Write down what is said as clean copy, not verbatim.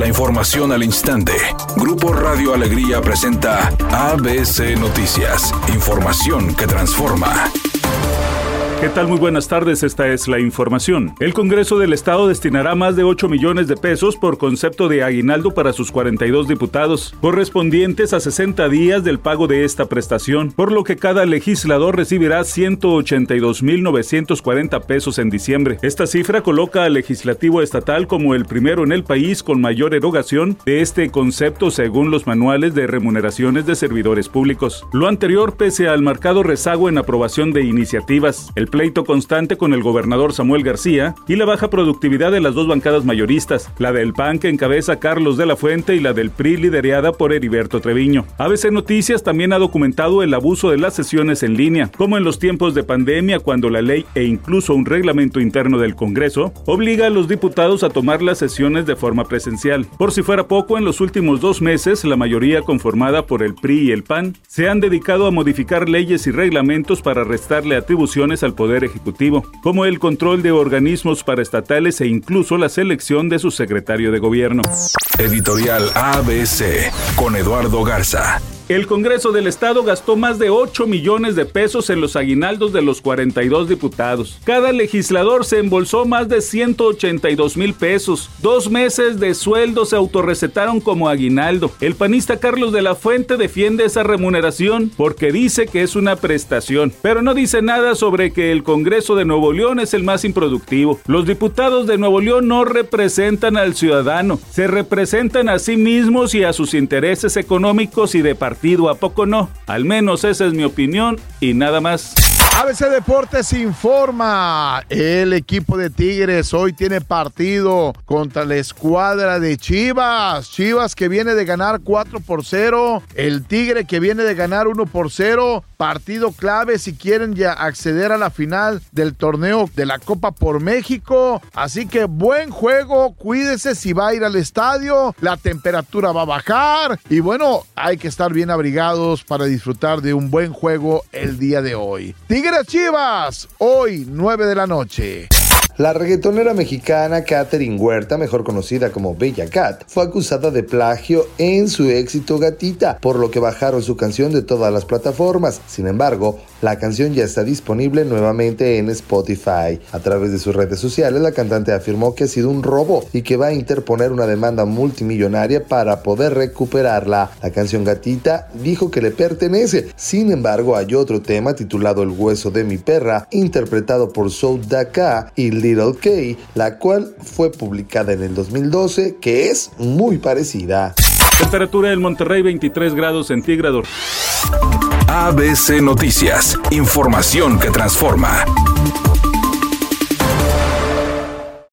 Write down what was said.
La información al instante. Grupo Radio Alegría presenta ABC Noticias. Información que transforma. ¿Qué tal? Muy buenas tardes, esta es la información. El Congreso del Estado destinará más de 8 millones de pesos por concepto de aguinaldo para sus 42 diputados, correspondientes a 60 días del pago de esta prestación, por lo que cada legislador recibirá 182,940 pesos en diciembre. Esta cifra coloca al legislativo estatal como el primero en el país con mayor erogación de este concepto según los manuales de remuneraciones de servidores públicos. Lo anterior pese al marcado rezago en aprobación de iniciativas, el pleito constante con el gobernador Samuel García y la baja productividad de las dos bancadas mayoristas, la del PAN que encabeza Carlos de la Fuente y la del PRI liderada por Heriberto Treviño. ABC Noticias también ha documentado el abuso de las sesiones en línea, como en los tiempos de pandemia cuando la ley e incluso un reglamento interno del Congreso obliga a los diputados a tomar las sesiones de forma presencial. Por si fuera poco, en los últimos 2 meses, la mayoría conformada por el PRI y el PAN se han dedicado a modificar leyes y reglamentos para restarle atribuciones al Poder Ejecutivo, como el control de organismos paraestatales e incluso la selección de su secretario de gobierno. Editorial ABC con Eduardo Garza. El Congreso del Estado gastó más de 8 millones de pesos en los aguinaldos de los 42 diputados. Cada legislador se embolsó más de 182,000 pesos. 2 meses de sueldo se autorrecetaron como aguinaldo. El panista Carlos de la Fuente defiende esa remuneración porque dice que es una prestación, pero no dice nada sobre que el Congreso de Nuevo León es el más improductivo. Los diputados de Nuevo León no representan al ciudadano, se representan a sí mismos y a sus intereses económicos y de partido, ¿a poco no? Al menos esa es mi opinión y nada más. ABC Deportes informa, el equipo de Tigres hoy tiene partido contra la escuadra de Chivas. Chivas que viene de ganar 4-0, el Tigre que viene de ganar 1-0, partido clave si quieren ya acceder a la final del torneo de la Copa por México. Así que buen juego, cuídese si va a ir al estadio, la temperatura va a bajar y bueno, hay que estar bien abrigados para disfrutar de un buen juego el día de hoy. Tigres Chivas, hoy 9 de la noche. La reggaetonera mexicana Katherine Huerta, mejor conocida como Bella Cat, fue acusada de plagio en su éxito Gatita, por lo que bajaron su canción de todas las plataformas. Sin embargo, la canción ya está disponible nuevamente en Spotify. A través de sus redes sociales, la cantante afirmó que ha sido un robo y que va a interponer una demanda multimillonaria para poder recuperarla. La canción Gatita dijo que le pertenece. Sin embargo, hay otro tema titulado El hueso de mi perra, interpretado por Soulja y Little K, la cual fue publicada en el 2012, que es muy parecida. Temperatura en Monterrey 23 grados centígrados. ABC Noticias, información que transforma.